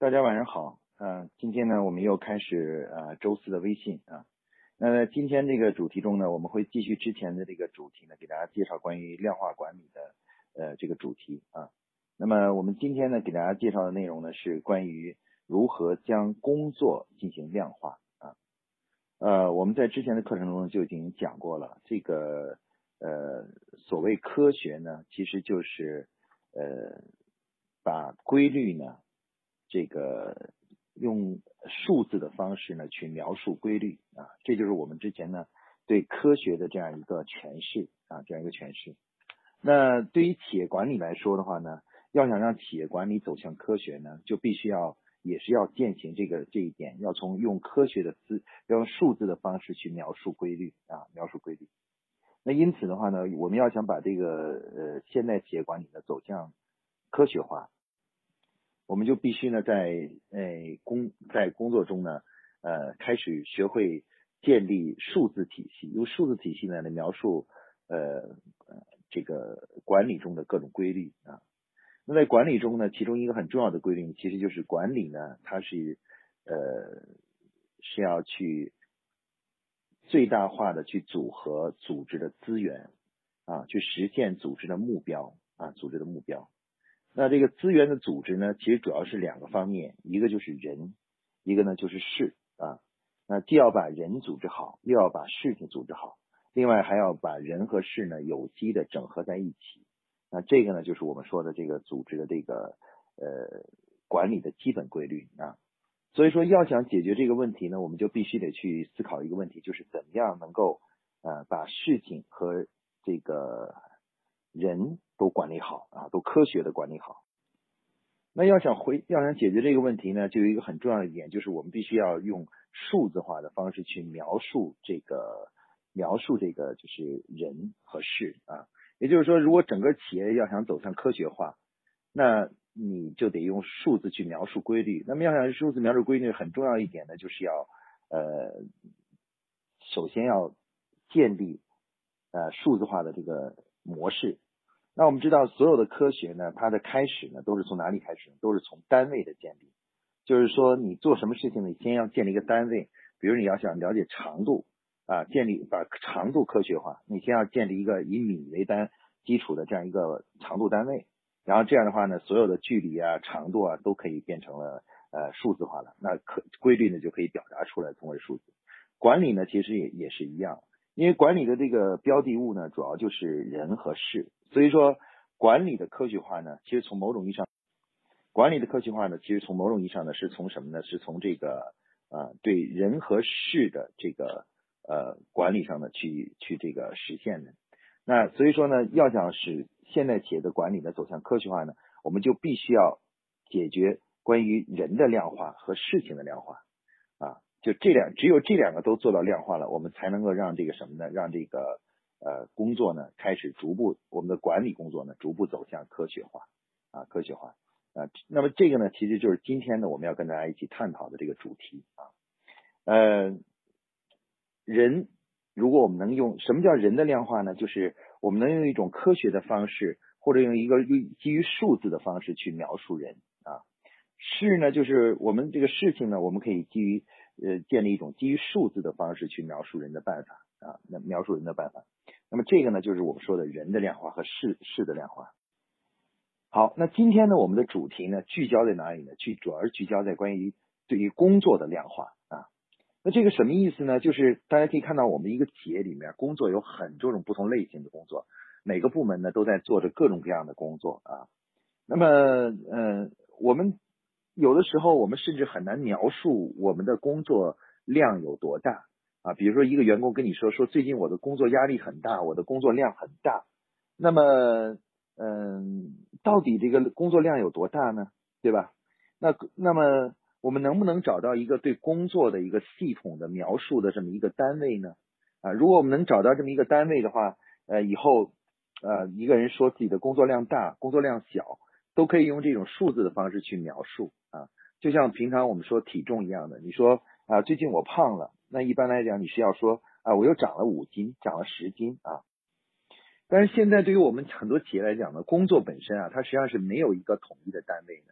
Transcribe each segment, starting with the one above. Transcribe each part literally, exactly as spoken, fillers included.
大家晚上好，呃，今天呢，我们又开始呃周四的微信啊。那今天这个主题中呢，我们会继续之前的这个主题呢，给大家介绍关于量化管理的呃这个主题啊。那么我们今天呢，给大家介绍的内容呢，是关于如何将工作进行量化啊。呃，我们在之前的课程中就已经讲过了，这个呃所谓科学呢，其实就是呃把规律呢。这个用数字的方式呢去描述规律啊，这就是我们之前呢对科学的这样一个诠释啊，这样一个诠释。那对于企业管理来说的话呢，要想让企业管理走向科学呢，就必须要也是要践行这个这一点，要从用科学的字，要用数字的方式去描述规律啊，描述规律。那因此的话呢，我们要想把这个呃现代企业管理呢走向科学化。我们就必须呢，在呃工在工作中呢，呃，开始学会建立数字体系，用数字体系呢来描述呃这个管理中的各种规律啊。那在管理中呢，其中一个很重要的规律，其实就是管理呢，它是呃是要去最大化的去组合组织的资源啊，去实现组织的目标啊，组织的目标。那这个资源的组织呢，其实主要是两个方面，一个就是人，一个呢就是事啊。那既要把人组织好，又要把事情组织好，另外还要把人和事呢有机的整合在一起。那这个呢就是我们说的这个组织的这个呃管理的基本规律啊。所以说要想解决这个问题呢，我们就必须得去思考一个问题，就是怎么样能够呃把事情和这个人都管理好啊，都科学的管理好。那要想回要想解决这个问题呢，就有一个很重要的一点，就是我们必须要用数字化的方式去描述这个描述这个就是人和事啊。也就是说，如果整个企业要想走向科学化，那你就得用数字去描述规律。那么要想数字描述规律，很重要一点呢，就是要呃首先要建立呃数字化的这个模式。那我们知道，所有的科学呢，它的开始呢，都是从哪里开始呢？都是从单位的建立。就是说，你做什么事情呢？你先要建立一个单位。比如你要想了解长度啊，建立把长度科学化，你先要建立一个以米为单基础的这样一个长度单位。然后这样的话呢，所有的距离啊、长度啊都可以变成了呃数字化了。那可规律呢就可以表达出来，通过数字。管理呢，其实也也是一样。因为管理的这个标的物呢，主要就是人和事，所以说管理的科学化呢，其实从某种意义上，管理的科学化呢，其实从某种意义上呢，是从什么呢？是从这个呃对人和事的这个呃管理上呢去去这个实现的。那所以说呢，要想使现代企业的管理呢走向科学化呢，我们就必须要解决关于人的量化和事情的量化啊。就这两，只有这两个都做到量化了，我们才能够让这个什么呢？让这个呃工作呢开始逐步，我们的管理工作呢逐步走向科学化啊，科学化啊。那么这个呢，其实就是今天呢我们要跟大家一起探讨的这个主题啊。呃，人，如果我们能用什么叫人的量化呢？就是我们能用一种科学的方式，或者用一个基于数字的方式去描述人啊。事呢，就是我们这个事情呢，我们可以基于呃建立一种基于数字的方式去描述人的办法啊，那描述人的办法。那么这个呢，就是我们说的人的量化和事事的量化。好，那今天呢，我们的主题呢，聚焦在哪里呢？聚主要是聚焦在关于对于工作的量化啊。那这个什么意思呢？就是大家可以看到，我们一个企业里面工作有很多种不同类型的工作，每个部门呢都在做着各种各样的工作啊。那么，呃，我们有的时候我们甚至很难描述我们的工作量有多大啊。比如说，一个员工跟你说说最近我的工作压力很大，我的工作量很大。那么，嗯，到底这个工作量有多大呢？对吧？那那么我们能不能找到一个对工作的一个系统的描述的这么一个单位呢？啊，如果我们能找到这么一个单位的话，呃，以后呃一个人说自己的工作量大，工作量小，都可以用这种数字的方式去描述啊，就像平常我们说体重一样的，你说啊最近我胖了，那一般来讲你是要说啊我又长了五斤，长了十斤啊。但是现在对于我们很多企业来讲呢，工作本身啊，它实际上是没有一个统一的单位的。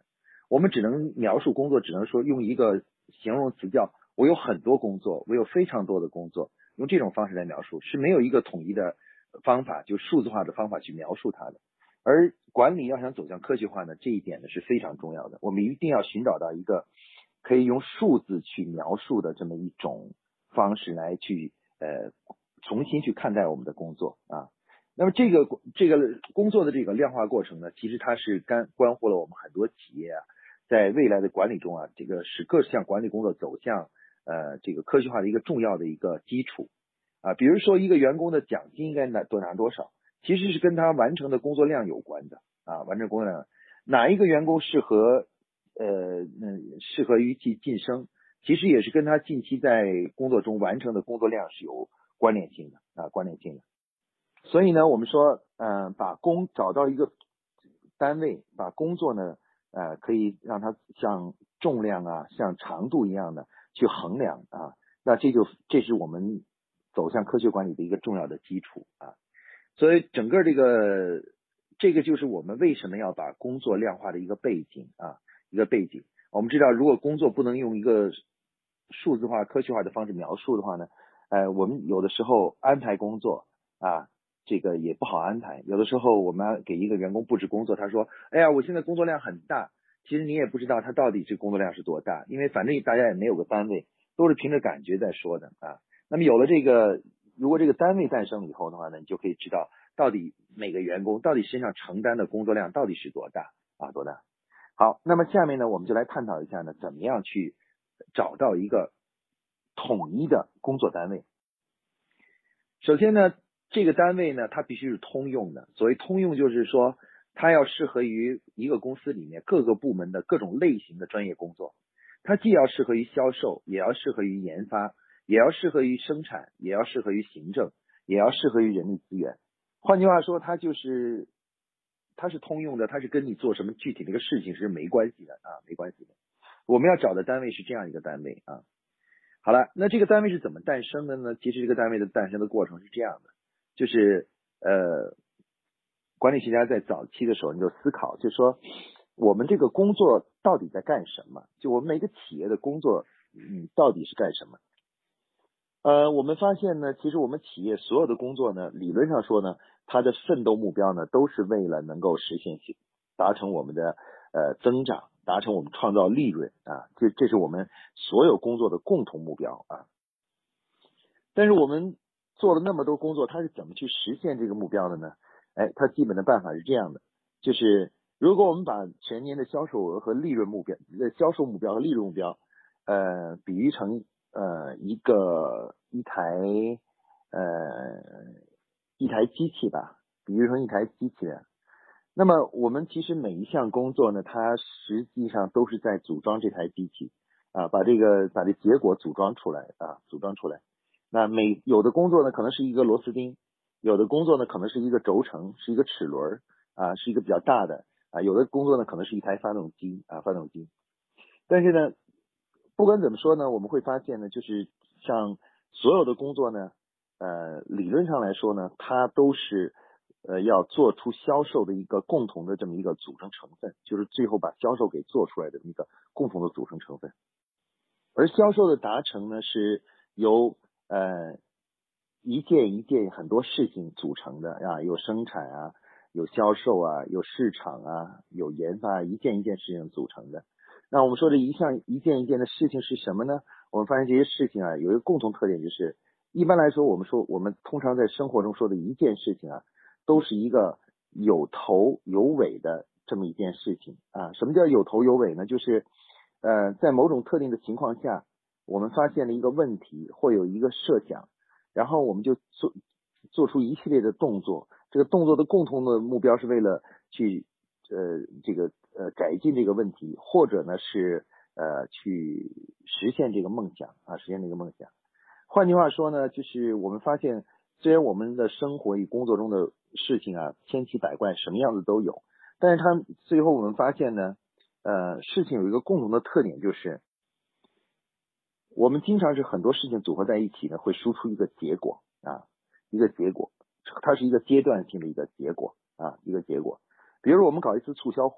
我们只能描述工作，只能说用一个形容词叫我有很多工作，我有非常多的工作，用这种方式来描述，是没有一个统一的方法，就数字化的方法去描述它的。而管理要想走向科学化呢，这一点呢是非常重要的。我们一定要寻找到一个可以用数字去描述的这么一种方式来去呃重新去看待我们的工作啊。那么这个这个工作的这个量化过程呢，其实它是干关乎了我们很多企业啊，在未来的管理中啊，这个使各项管理工作走向呃这个科学化的一个重要的一个基础啊。比如说一个员工的奖金应该拿多拿多少，其实是跟他完成的工作量有关的啊，完成工作量，哪一个员工适合呃嗯适合于进晋升，其实也是跟他近期在工作中完成的工作量是有关联性的啊，关联性的。所以呢，我们说，嗯、呃，把工找到一个单位，把工作呢，呃，可以让它像重量啊，像长度一样的去衡量啊，那这就这是我们走向科学管理的一个重要的基础啊。所以整个这个这个就是我们为什么要把工作量化的一个背景啊，一个背景。我们知道，如果工作不能用一个数字化、科学化的方式描述的话呢，呃，我们有的时候安排工作啊。这个也不好安排，有的时候我们给一个员工布置工作，他说，哎呀，我现在工作量很大，其实你也不知道他到底这工作量是多大，因为反正大家也没有个单位，都是凭着感觉在说的啊。那么有了这个，如果这个单位诞生了以后的话呢，你就可以知道到底每个员工到底身上承担的工作量到底是多大啊，多大。好，那么下面呢，我们就来探讨一下呢，怎么样去找到一个统一的工作单位。首先呢，这个单位呢，它必须是通用的。所谓通用，就是说它要适合于一个公司里面各个部门的各种类型的专业工作。它既要适合于销售，也要适合于研发，也要适合于生产，也要适合于行政，也要适合于人力资源。换句话说，它就是它是通用的，它是跟你做什么具体的一个事情是没关系的啊，没关系的。我们要找的单位是这样一个单位啊。好了，那这个单位是怎么诞生的呢？其实这个单位的诞生的过程是这样的。就是呃，管理学家在早期的时候你就思考，就是说我们这个工作到底在干什么？就我们每个企业的工作，嗯，到底是干什么？呃，我们发现呢，其实我们企业所有的工作呢，理论上说呢，它的奋斗目标呢，都是为了能够实现达成我们的呃增长，达成我们创造利润啊，这这是我们所有工作的共同目标啊。但是我们做了那么多工作，它是怎么去实现这个目标的呢？哎，它基本的办法是这样的，就是如果我们把全年的销售额和利润目标、呃销售目标和利润目标，呃，比喻成呃一个一台呃一台机器吧，比喻成一台机器人。那么我们其实每一项工作呢，它实际上都是在组装这台机器啊，把这个把这结果组装出来啊，组装出来。那每有的工作呢，可能是一个螺丝钉，有的工作呢，可能是一个轴承，是一个齿轮啊，是一个比较大的啊，有的工作呢，可能是一台发动机啊，发动机。但是呢，不管怎么说呢，我们会发现呢，就是像所有的工作呢，呃，理论上来说呢，它都是呃要做出销售的一个共同的这么一个组成成分，就是最后把销售给做出来的一个共同的组成成分。而销售的达成呢，是由呃，一件一件很多事情组成的啊，有生产啊，有销售啊，有市场啊，有研发，一件一件事情组成的。那我们说这一项一件一件的事情是什么呢？我们发现这些事情啊，有一个共同特点，就是一般来说，我们说我们通常在生活中说的一件事情啊，都是一个有头有尾的这么一件事情啊。什么叫有头有尾呢？就是呃，在某种特定的情况下，我们发现了一个问题，或有一个设想，然后我们就做做出一系列的动作。这个动作的共同的目标是为了去呃这个呃改进这个问题，或者呢是呃去实现这个梦想啊，实现这个梦想。换句话说呢，就是我们发现，虽然我们的生活与工作中的事情啊千奇百怪，什么样子都有，但是它最后我们发现呢，呃，事情有一个共同的特点，就是我们经常是很多事情组合在一起呢，会输出一个结果啊，一个结果，它是一个阶段性的一个结果啊，一个结果。比如说我们搞一次促销活动，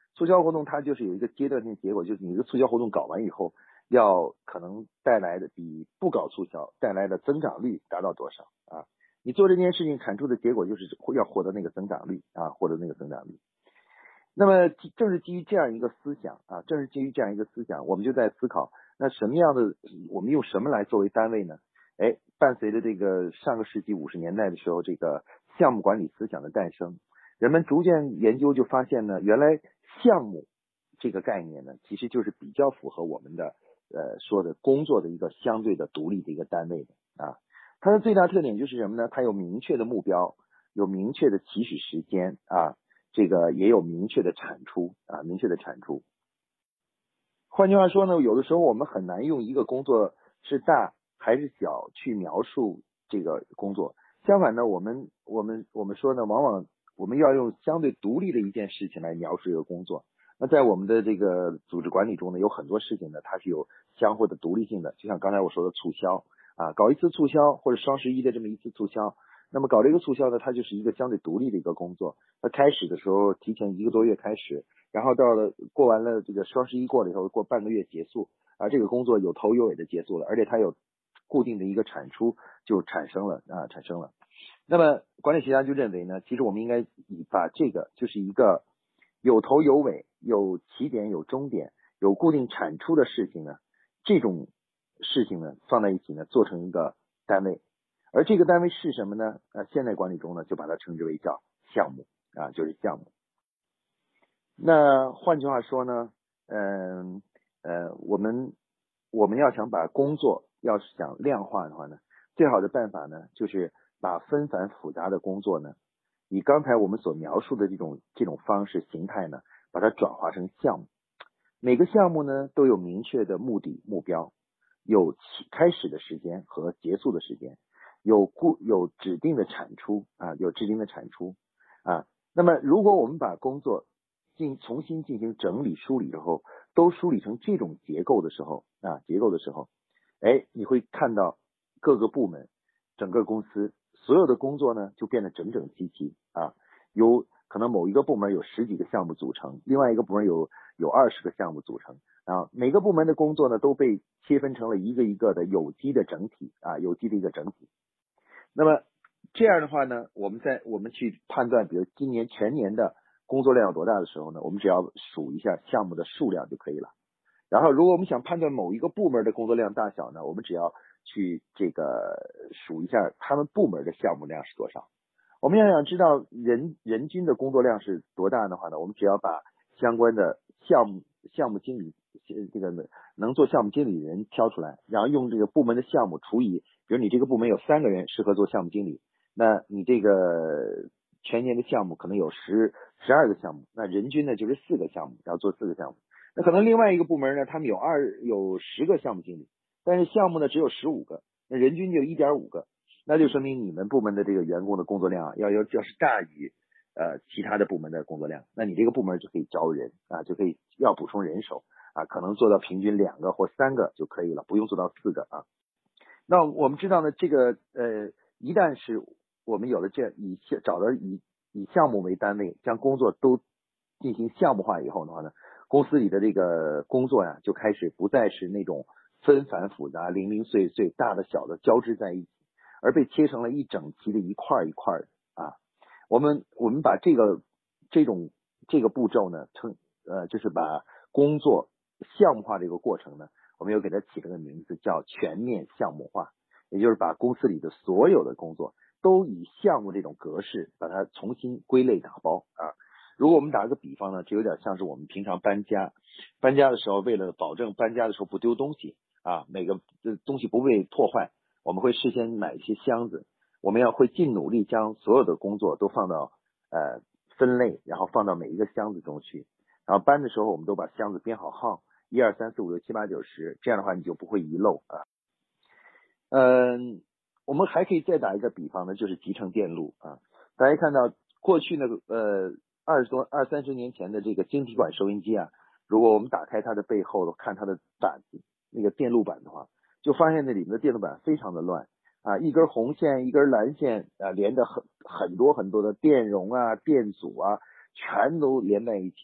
促销活动它就是有一个阶段性结果，就是你这个促销活动搞完以后，要可能带来的比不搞促销带来的增长率达到多少啊？你做这件事情产出的结果就是要获得那个增长率啊，获得那个增长率。那么正是基于这样一个思想啊，正是基于这样一个思想，我们就在思考，那什么样的，我们用什么来作为单位呢？哎，伴随着这个上个世纪五十年代的时候，这个项目管理思想的诞生，人们逐渐研究就发现呢，原来项目这个概念呢，其实就是比较符合我们的呃说的工作的一个相对的独立的一个单位的啊。它的最大特点就是什么呢？它有明确的目标，有明确的起始时间啊，这个也有明确的产出啊，明确的产出。换句话说呢，有的时候我们很难用一个工作是大还是小去描述这个工作。相反呢，我们我们我们说呢，往往我们要用相对独立的一件事情来描述一个工作。那在我们的这个组织管理中呢，有很多事情呢，它是有相互的独立性的。就像刚才我说的促销啊，搞一次促销或者双十一的这么一次促销，那么搞这个促销呢，它就是一个相对独立的一个工作。它开始的时候提前一个多月开始，然后到了过完了这个双十一过了以后，过半个月结束啊，这个工作有头有尾的结束了，而且它有固定的一个产出就产生了啊，产生了。那么管理学家就认为呢，其实我们应该把这个就是一个有头有尾、有起点有终点、有固定产出的事情呢，这种事情呢放在一起呢，做成一个单位。而这个单位是什么呢？呃，现代管理中呢，就把它称之为叫项目啊，就是项目。那换句话说呢，嗯 呃, 呃，我们我们要想把工作要是想量化的话呢，最好的办法呢，就是把纷繁复杂的工作呢，以刚才我们所描述的这种这种方式形态呢，把它转化成项目。每个项目呢都有明确的目的目标，有起开始的时间和结束的时间，有固有指定的产出啊，有指定的产出啊。那么如果我们把工作进重新进行整理梳理之后，都梳理成这种结构的时候啊，结构的时候，哎，你会看到各个部门、整个公司所有的工作呢就变得整整齐齐啊，由可能某一个部门有十几个项目组成，另外一个部门有有二十个项目组成啊，每个部门的工作呢都被切分成了一个一个的有机的整体啊，有机的一个整体。那么这样的话呢，我们在我们去判断，比如今年全年的工作量有多大的时候呢，我们只要数一下项目的数量就可以了。然后如果我们想判断某一个部门的工作量大小呢，我们只要去这个数一下他们部门的项目量是多少。我们要想知道人人均的工作量是多大的话呢，我们只要把相关的项目项目经理这个能做项目经理的人挑出来，然后用这个部门的项目除以，比如你这个部门有三个人适合做项目经理，那你这个全年的项目可能有十十二个项目，那人均呢就是四个项目，要做四个项目。那可能另外一个部门呢，他们有二有十个项目经理，但是项目呢只有十五个，那人均就一点五个，那就说明你们部门的这个员工的工作量啊，要要要是大于呃其他的部门的工作量，那你这个部门就可以招人啊，就可以要补充人手啊，可能做到平均两个或三个就可以了，不用做到四个啊。那我们知道呢，这个呃，一旦是我们有了这以找到以以项目为单位，将工作都进行项目化以后的话呢，公司里的这个工作呀，就开始不再是那种纷繁复杂、零零碎碎、大的小的交织在一起，而被切成了一整齐的一块一块的啊。我们我们把这个这种这个步骤呢，称呃就是把工作项目化这个过程呢，我们又给它起了个名字叫全面项目化，也就是把公司里的所有的工作都以项目这种格式把它重新归类打包啊。如果我们打个比方呢，就有点像是我们平常搬家，搬家的时候为了保证搬家的时候不丢东西啊，每个东西不被破坏，我们会事先买一些箱子，我们要会尽努力将所有的工作都放到呃分类，然后放到每一个箱子中去，然后搬的时候我们都把箱子编好号，一二三四五六七八九十，这样的话你就不会遗漏啊。嗯，我们还可以再打一个比方呢，就是集成电路啊。大家看到过去呢，呃，二十多二三十年前的这个晶体管收音机啊，如果我们打开它的背后看它的板子，那个电路板的话，就发现那里面的电路板非常的乱啊，一根红线一根蓝线啊，连着很很多很多的电容啊电阻啊，全都连在一起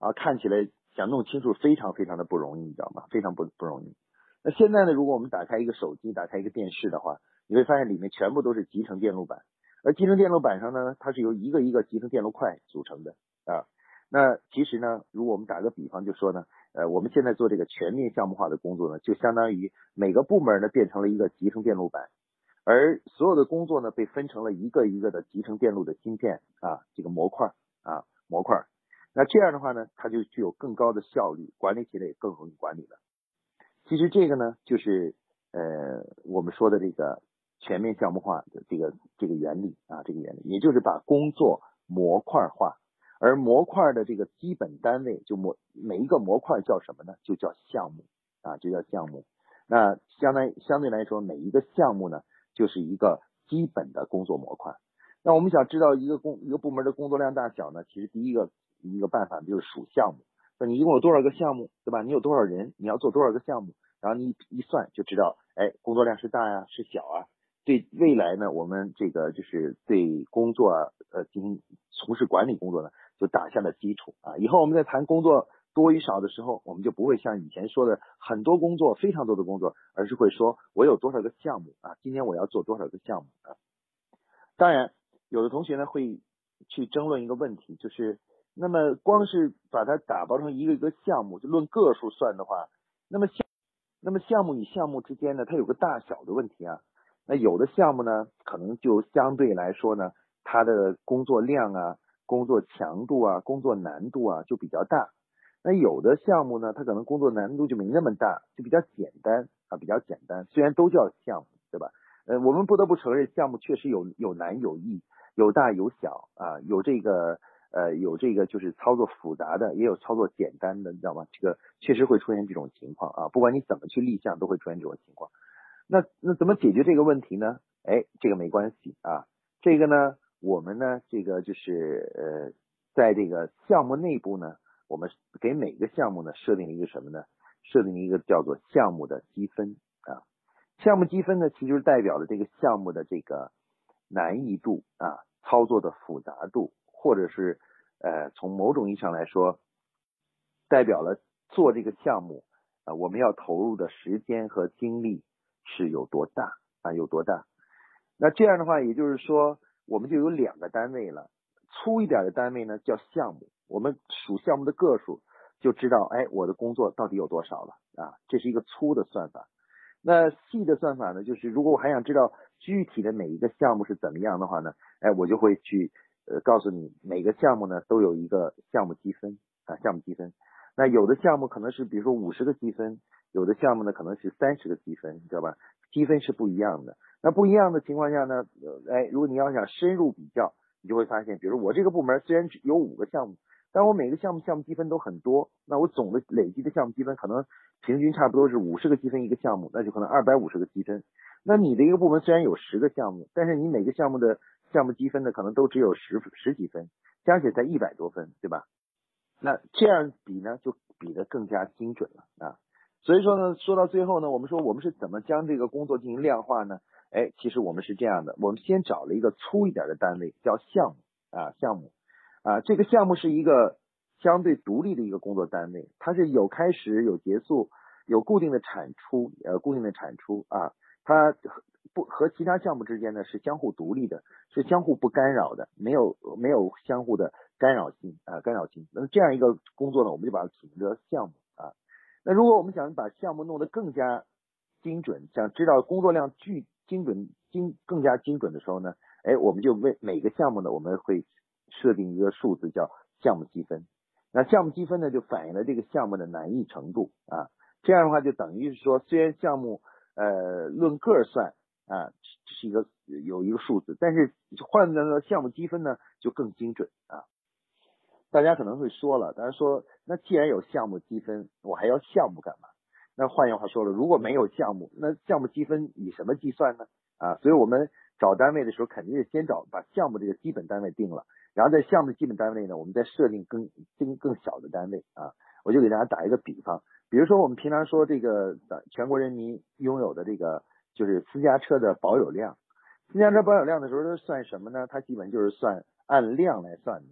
啊，看起来想弄清楚非常非常的不容易，你知道吗？非常不不容易。那现在呢，如果我们打开一个手机，打开一个电视的话，你会发现里面全部都是集成电路板，而集成电路板上呢，它是由一个一个集成电路块组成的啊。那其实呢，如果我们打个比方就说呢，呃，我们现在做这个全面项目化的工作呢，就相当于每个部门呢变成了一个集成电路板，而所有的工作呢被分成了一个一个的集成电路的芯片啊，这个模块啊模块。那这样的话呢，它就具有更高的效率，管理起来也更容易管理了。其实这个呢，就是呃我们说的这个全面项目化的这个这个原理啊，这个原理，也就是把工作模块化，而模块的这个基本单位，就模每一个模块叫什么呢？就叫项目啊，就叫项目。那相当相对来说，每一个项目呢，就是一个基本的工作模块。那我们想知道一个工一个部门的工作量大小呢，其实第一个一个办法就是数项目。那你一共有多少个项目，对吧？你有多少人，你要做多少个项目，然后你一算就知道，哎，工作量是大呀，是小啊。对未来呢，我们这个就是对工作啊，呃，进行从事管理工作呢，就打下了基础啊。以后我们在谈工作多与少的时候，我们就不会像以前说的很多工作，非常多的工作，而是会说我有多少个项目啊，今天我要做多少个项目啊。当然，有的同学呢会去争论一个问题，就是那么光是把它打包成一个一个项目，就论个数算的话，那么项那么项目与项目之间呢，它有个大小的问题啊。那有的项目呢，可能就相对来说呢，它的工作量啊、工作强度啊、工作难度啊就比较大。那有的项目呢，它可能工作难度就没那么大，就比较简单啊，比较简单。虽然都叫项目，对吧？呃，我们不得不承认，项目确实有有难有易，有大有小啊，有这个呃有这个就是操作复杂的，也有操作简单的，你知道吗？这个确实会出现这种情况啊，不管你怎么去立项，都会出现这种情况。那那怎么解决这个问题呢？哎，这个没关系啊，这个呢，我们呢，这个就是呃，在这个项目内部呢，我们给每个项目呢设定一个什么呢？设定一个叫做项目的积分啊。项目积分呢，其实代表了这个项目的这个难易度啊，操作的复杂度，或者是呃，从某种意义上来说，代表了做这个项目啊，我们要投入的时间和精力是有多大啊，有多大。那这样的话，也就是说，我们就有两个单位了。粗一点的单位呢叫项目，我们数项目的个数，就知道，哎，我的工作到底有多少了啊，这是一个粗的算法。那细的算法呢，就是如果我还想知道具体的每一个项目是怎么样的话呢，哎，我就会去呃告诉你每个项目呢都有一个项目积分啊，项目积分。那有的项目可能是比如说五十个积分，有的项目呢可能是三十个积分，你知道吧？积分是不一样的。那不一样的情况下呢，呃，哎，如果你要想深入比较，你就会发现，比如我这个部门虽然有五个项目，但我每个项目项目积分都很多，那我总的累积的项目积分可能平均差不多是五十个积分一个项目，那就可能二百五十个积分。那你的一个部门虽然有十个项目，但是你每个项目的项目积分呢，可能都只有十十几分，加起来才一百多分，对吧？那这样比呢，就比得更加精准了啊。所以说呢，说到最后呢，我们说我们是怎么将这个工作进行量化呢？哎，其实我们是这样的，我们先找了一个粗一点的单位，叫项目啊，项目啊，这个项目是一个相对独立的一个工作单位，它是有开始有结束，有固定的产出，呃，固定的产出啊，它不和其他项目之间呢是相互独立的，是相互不干扰的，没有没有相互的干扰性啊，干扰性。那这样一个工作呢，我们就把它起名叫项目啊。那如果我们想把项目弄得更加精准，想知道工作量巨精准精更加精准的时候呢，哎，我们就为每个项目呢，我们会设定一个数字叫项目积分。那项目积分呢，就反映了这个项目的难易程度啊。这样的话，就等于是说，虽然项目呃论个算啊，这是一个有一个数字，但是换成了项目积分呢，就更精准啊。大家可能会说了，大家说，那既然有项目积分，我还要项目干嘛？那换句话说了，如果没有项目，那项目积分以什么计算呢？啊，所以我们找单位的时候，肯定是先找把项目这个基本单位定了，然后在项目基本单位呢，我们再设定更更更小的单位啊。我就给大家打一个比方，比如说我们平常说这个全国人民拥有的这个就是私家车的保有量，私家车保有量的时候，它算什么呢？它基本就是算按量来算的。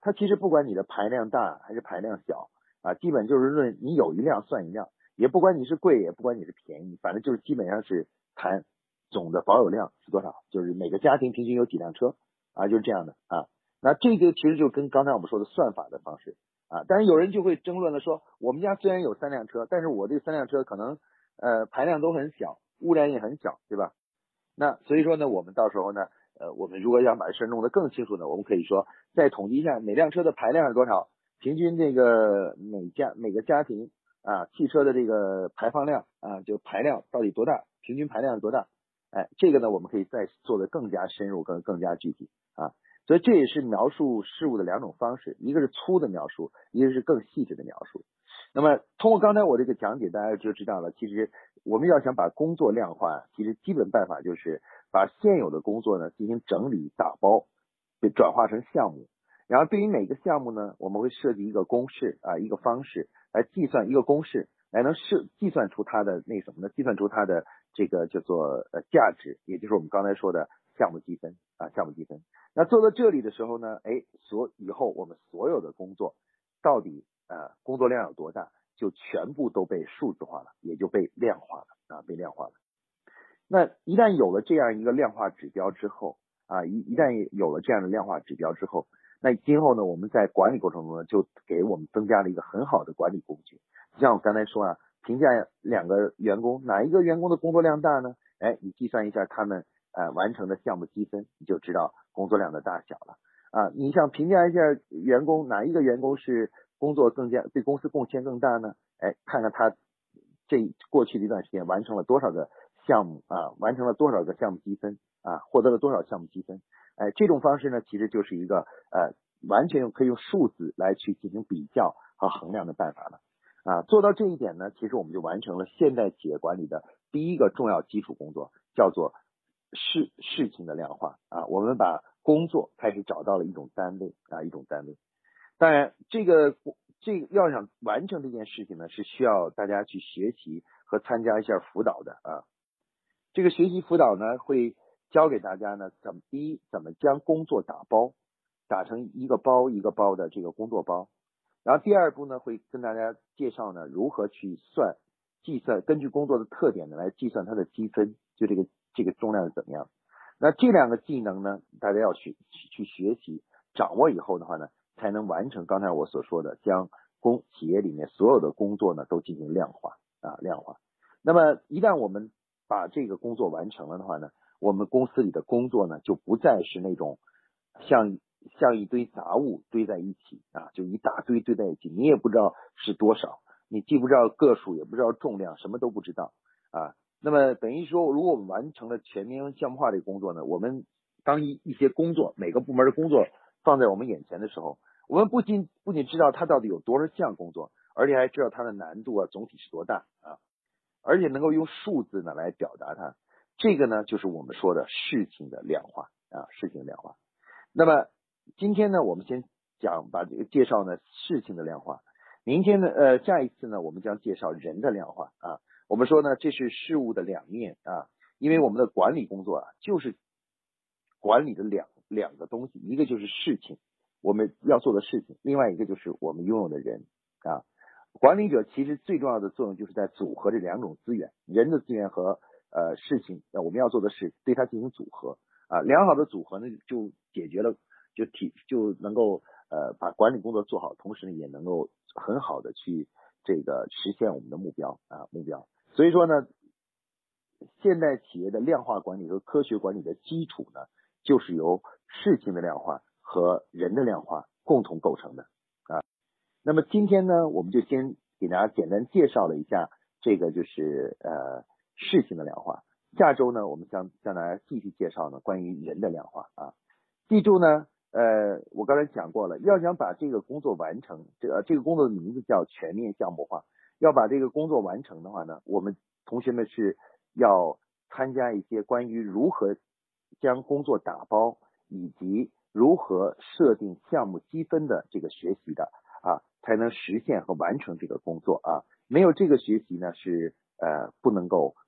它其实不管你的排量大还是排量小啊，基本就是论你有一辆算一辆，也不管你是贵也不管你是便宜，反正就是基本上是谈总的保有量是多少，就是每个家庭平均有几辆车啊，就是这样的啊。那这个其实就跟刚才我们说的算法的方式啊，但是有人就会争论了说，我们家虽然有三辆车，但是我这三辆车可能呃排量都很小，污染也很小，对吧？那所以说呢，我们到时候呢，呃，我们如果要把事弄得更清楚呢，我们可以说再统计一下每辆车的排量是多少，平均这个每家每个家庭啊汽车的这个排放量啊就排量到底多大，平均排量是多大，哎，这个呢我们可以再做得更加深入，更更加具体啊。所以这也是描述事物的两种方式，一个是粗的描述，一个是更细致的描述。那么通过刚才我这个讲解，大家就知道了，其实我们要想把工作量化，其实基本办法就是把现有的工作呢进行整理打包，被转化成项目。然后对于每个项目呢，我们会设计一个公式啊，一个方式来计算一个公式，来能设计算出它的那什么呢？计算出它的这个叫做呃价值，也就是我们刚才说的项目积分啊，项目积分。那做到这里的时候呢，哎，所以后我们所有的工作到底呃工作量有多大，就全部都被数字化了，也就被量化了啊，被量化了。那一旦有了这样一个量化指标之后啊，一一旦有了这样的量化指标之后，那今后呢，我们在管理过程中呢，就给我们增加了一个很好的管理工具。像我刚才说啊，评价两个员工，哪一个员工的工作量大呢？哎，你计算一下他们呃完成的项目积分，你就知道工作量的大小了啊。你想评价一下员工，哪一个员工是工作更加对公司贡献更大呢？哎，看看他这过去的一段时间完成了多少个项目啊，完成了多少个项目积分啊，获得了多少项目积分。哎，这种方式呢，其实就是一个呃完全用可以用数字来去进行比较和衡量的办法了啊。做到这一点呢，其实我们就完成了现代企业管理的第一个重要基础工作，叫做事事情的量化啊。我们把工作开始找到了一种单位啊，一种单位。当然，这个这个要想完成这件事情呢，是需要大家去学习和参加一下辅导的啊。这个学习辅导呢，会教给大家呢，怎么第一，怎么将工作打包，打成一个包一个包的这个工作包。然后第二步呢，会跟大家介绍呢，如何去算计算，根据工作的特点呢，来计算它的积分，就这个这个重量是怎么样。那这两个技能呢，大家要学去学习掌握以后的话呢，才能完成刚才我所说的，将工企业里面所有的工作呢都进行量化啊量化。那么一旦我们把这个工作完成了的话呢，我们公司里的工作呢就不再是那种像像一堆杂物堆在一起啊，就一大堆堆在一起，你也不知道是多少，你既不知道个数，也不知道重量，什么都不知道啊。那么等于说，如果我们完成了全面项目化这个工作呢，我们当一一些工作，每个部门的工作放在我们眼前的时候，我们不仅不仅知道它到底有多少项工作，而且还知道它的难度啊总体是多大啊，而且能够用数字呢来表达它。这个呢就是我们说的事情的量化啊，事情的量化。那么今天呢，我们先讲把这个介绍呢事情的量化。明天呢，呃，下一次呢，我们将介绍人的量化啊。我们说呢，这是事物的两面啊，因为我们的管理工作啊，就是管理的两两个东西，一个就是事情，我们要做的事情，另外一个就是我们拥有的人啊。管理者其实最重要的作用就是在组合这两种资源，人的资源和呃事情，呃我们要做的事，对它进行组合啊。良好的组合呢，就解决了，就体就能够呃把管理工作做好，同时呢也能够很好的去这个实现我们的目标啊目标。所以说呢，现代企业的量化管理和科学管理的基础呢，就是由事情的量化和人的量化共同构成的啊。那么今天呢，我们就先给大家简单介绍了一下这个就是呃事情的量化。下周呢，我们将向大家继续介绍呢关于人的量化啊。记住呢，呃，我刚才讲过了，要想把这个工作完成，这个这个工作的名字叫全面项目化。要把这个工作完成的话呢，我们同学们是要参加一些关于如何将工作打包以及如何设定项目积分的这个学习的啊，才能实现和完成这个工作啊。没有这个学习呢，是呃不能够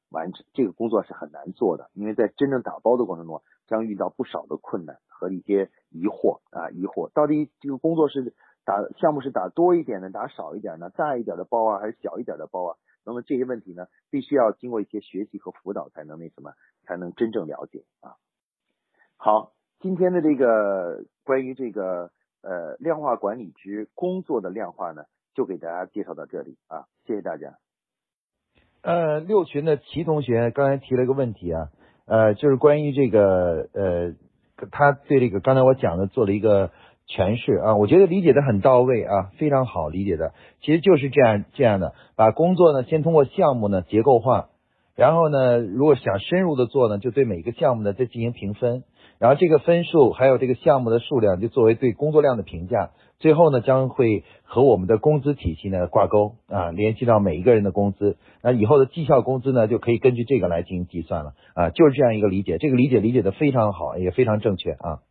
完成这个工作是很难做的，因为在真正打包的过程中将遇到不少的困难和一些疑惑啊，疑惑到底这个工作是打项目是打多一点的，打少一点呢，大一点的包啊，还是小一点的包啊？那么这些问题呢，必须要经过一些学习和辅导才能那什么，才能真正了解啊。好，今天的这个关于这个呃量化管理之工作的量化呢，就给大家介绍到这里啊，谢谢大家。 呃，六群的齐同学刚才提了一个问题啊，呃，就是关于这个呃，他对这个刚才我讲的做了一个诠释啊，我觉得理解的很到位啊，非常好理解的，其实就是这样这样的，把工作呢先通过项目呢结构化，然后呢，如果想深入的做呢，就对每个项目呢再进行评分，然后这个分数还有这个项目的数量就作为对工作量的评价，最后呢将会和我们的工资体系呢挂钩啊，联系到每一个人的工资，那以后的绩效工资呢就可以根据这个来进行计算了啊，就是这样一个理解，这个理解理解的非常好，也非常正确啊。